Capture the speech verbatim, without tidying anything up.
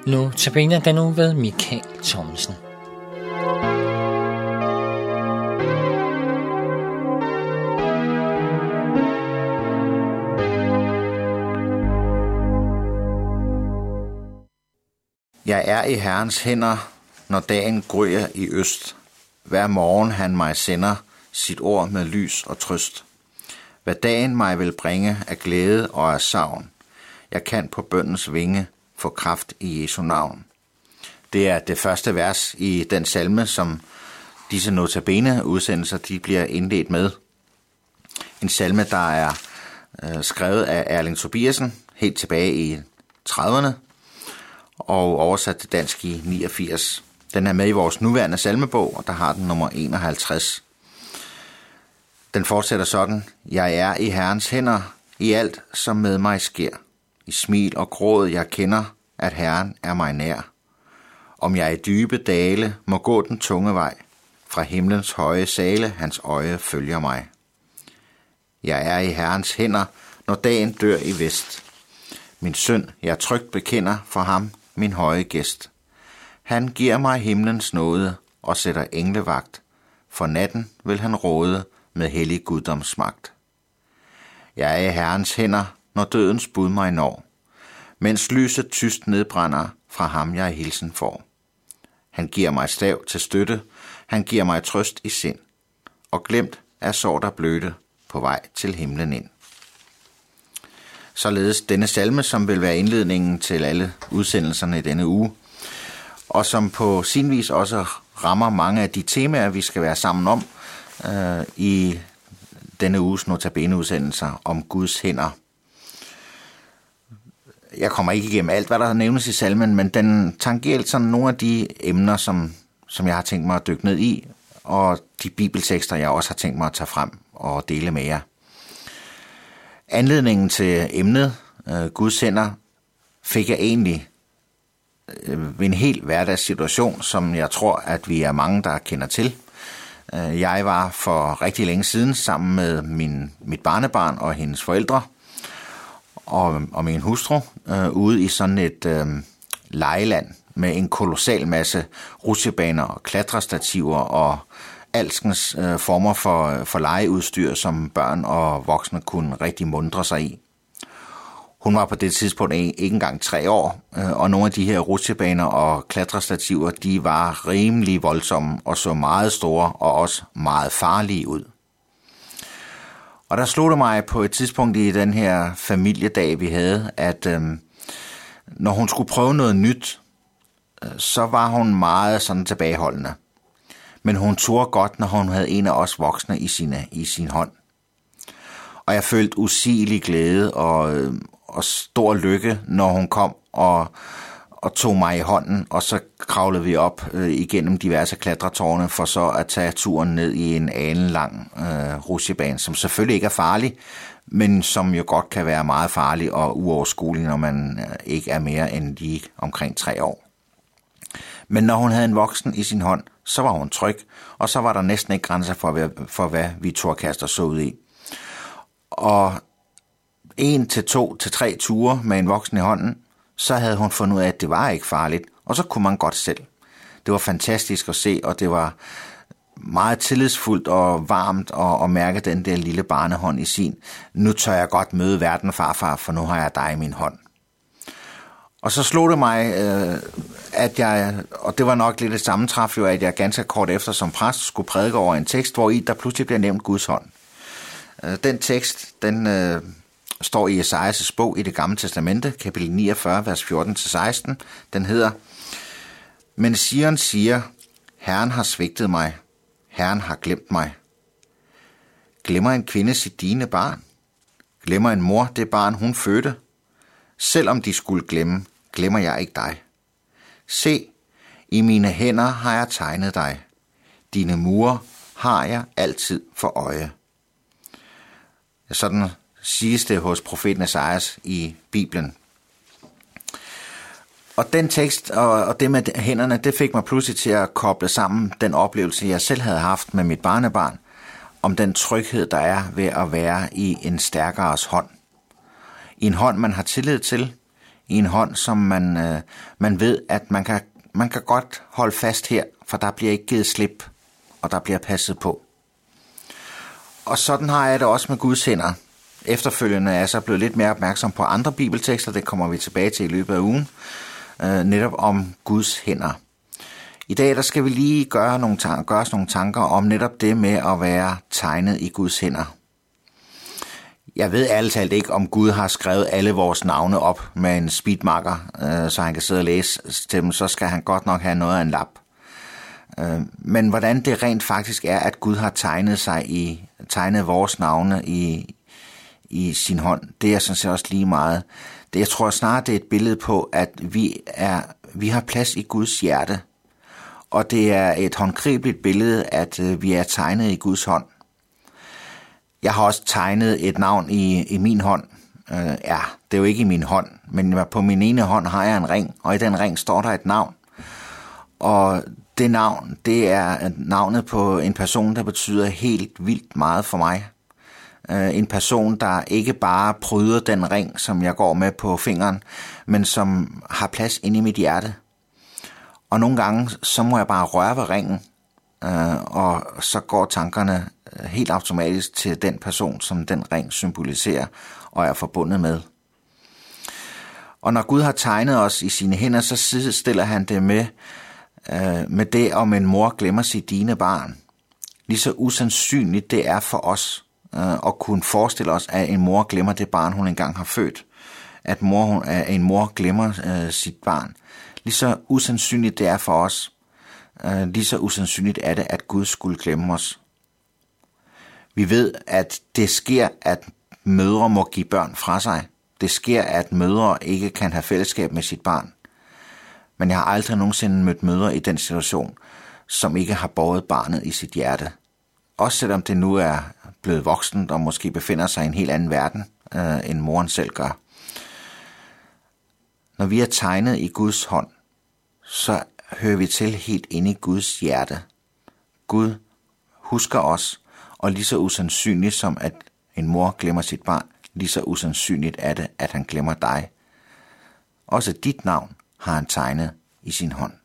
Nu tabiner den nu ved Michael Thomsen. Jeg er i Herrens hænder, når dagen gryer i øst. Hver morgen han mig sender sit ord med lys og trøst. Hvad dagen mig vil bringe af glæde og af savn. Jeg kan på bønnens vinge få kraft i Jesu navn. Det er det første vers i den salme, som disse notabene udsendelser de bliver indledt med. En salme, der er øh, skrevet af Erling Tobiasen helt tilbage i trediverne og oversat til dansk i niogfirs. Den er med i vores nuværende salmebog, og der har den nummer enoghalvtreds. Den fortsætter sådan: Jeg er i Herrens hænder i alt, som med mig sker. I smil og gråd jeg kender, at Herren er mig nær. Om jeg i dybe dale må gå den tunge vej, fra himlens høje sale hans øje følger mig. Jeg er i Herrens hænder, når dagen dør i vest. Min synd jeg trygt bekender for ham, min høje gæst. Han giver mig himlens nåde og sætter englevagt. For natten vil han råde med hellig guddomsmagt. Jeg er i Herrens hænder, når dødens bud mig når, mens lyset tyst nedbrænder fra ham jeg hilsen får. Han giver mig stav til støtte, han giver mig trøst i sind, og glemt er sår der blødte på vej til himlen ind. Således denne salme, som vil være indledningen til alle udsendelserne i denne uge, og som på sin vis også rammer mange af de temaer, vi skal være sammen om øh, i denne uges notabene-udsendelser om Guds hænder. Jeg kommer ikke igennem alt, hvad der nævnes i salmen, men den tangerer sådan nogle af de emner, som, som jeg har tænkt mig at dykke ned i, og de bibeltekster, jeg også har tænkt mig at tage frem og dele med jer. Anledningen til emnet, øh, Guds hænder, fik jeg egentlig øh, ved en helt hverdagssituation, som jeg tror, at vi er mange, der kender til. Øh, jeg var for rigtig længe siden sammen med min, mit barnebarn og hendes forældre og, og min hustru øh, ude i sådan et øh, legeland med en kolossal masse rutsjebaner og klatrestativer og alskens øh, former for, for legeudstyr, som børn og voksne kunne rigtig mundre sig i. Hun var på det tidspunkt ikke engang tre år, øh, og nogle af de her rutsjebaner og klatrestativer, de var rimelig voldsomme og så meget store og også meget farlige ud. Og der slog det mig på et tidspunkt i den her familiedag, vi havde, at øh, når hun skulle prøve noget nyt, øh, så var hun meget sådan tilbageholdende. Men hun turde godt, når hun havde en af os voksne i, sine, i sin hånd. Og jeg følte usigelig glæde og, og stor lykke, når hun kom og, og tog mig i hånden, og så kravlede vi op øh, igennem diverse klatretårne, for så at tage turen ned i en alenlang øh, rutsjebane, som selvfølgelig ikke er farlig, men som jo godt kan være meget farlig og uoverskuelig, når man ikke er mere end lige omkring tre år. Men når hun havde en voksen i sin hånd, så var hun tryg, og så var der næsten ikke grænser for, hvad, for hvad vi turde kaste os ud i. Og en til to til tre ture med en voksen i hånden, så havde hun fundet ud af, at det var ikke farligt, og så kunne man godt selv. Det var fantastisk at se, og det var meget tillidsfuldt og varmt at, at mærke den der lille barnehånd i sin. Nu tør jeg godt møde verden, farfar, for nu har jeg dig i min hånd. Og så slog det mig, øh, at jeg, og det var nok lidt et sammentræf, jo, at jeg ganske kort efter som præst skulle prædike over en tekst, hvor i der pludselig bliver nævnt Guds hånd. Øh, den tekst, den øh, står i Esajas bog i Det Gamle Testamente, kapitel niogfyrre, vers fjorten til seksten. Den hedder: Men Sion siger, Herren har svigtet mig, Herren har glemt mig. Glemmer en kvinde sit dine barn? Glemmer en mor det barn, hun fødte? Selvom de skulle glemme, glemmer jeg ikke dig. Se, i mine hænder har jeg tegnet dig. Dine mure har jeg altid for øje. Sådan siges det hos profeten Esajas i Bibelen. Og den tekst og det med hænderne, det fik mig pludselig til at koble sammen den oplevelse, jeg selv havde haft med mit barnebarn, om den tryghed, der er ved at være i en stærkeres hånd. I en hånd, man har tillid til. i en hånd, som man, øh, man ved, at man kan, man kan godt holde fast her, for der bliver ikke givet slip, og der bliver passet på. Og sådan har jeg det også med Guds hænder. Efterfølgende er jeg så blevet lidt mere opmærksom på andre bibeltekster, det kommer vi tilbage til i løbet af ugen, øh, netop om Guds hænder. I dag der skal vi lige gøre, nogle tanker, gøre os nogle tanker om netop det med at være tegnet i Guds hænder. Jeg ved ærligt talt ikke, om Gud har skrevet alle vores navne op med en speedmarker, øh, så han kan sidde og læse til dem, så skal han godt nok have noget af en lap. Øh, men hvordan det rent faktisk er, at Gud har tegnet sig i tegnet vores navne i, i sin hånd, det er sådan set også lige meget. Det, jeg tror snart, det er et billede på, at vi, er, vi har plads i Guds hjerte. Og det er et håndgribeligt billede, at øh, vi er tegnet i Guds hånd. Jeg har også tegnet et navn i, i min hånd. Øh, ja, det er jo ikke i min hånd, men på min ene hånd har jeg en ring, og i den ring står der et navn. Og det navn, det er navnet på en person, der betyder helt vildt meget for mig. Øh, en person, der ikke bare pryder den ring, som jeg går med på fingeren, men som har plads inde i mit hjerte. Og nogle gange, så må jeg bare røre ved ringen, øh, og så går tankerne helt automatisk til den person, som den ring symboliserer og er forbundet med. Og når Gud har tegnet os i sine hænder, så sidestiller han det med, øh, med det, om en mor glemmer sit dine barn. Lige så usandsynligt det er for os øh, at kunne forestille os, at en mor glemmer det barn, hun engang har født. At, mor, hun, at en mor glemmer øh, sit barn. Lige så usandsynligt det er for os, øh, lige så usandsynligt er det, at Gud skulle glemme os. Vi ved, at det sker, at mødre må give børn fra sig. Det sker, at mødre ikke kan have fællesskab med sit barn. Men jeg har aldrig nogensinde mødt mødre i den situation, som ikke har båret barnet i sit hjerte. Også selvom det nu er blevet voksent og måske befinder sig i en helt anden verden, øh, end moren selv gør. Når vi er tegnet i Guds hånd, så hører vi til helt inde i Guds hjerte. Gud husker os, og lige så usandsynligt som at en mor glemmer sit barn, lige så usandsynligt er det, at han glemmer dig. Også dit navn har han tegnet i sin hånd.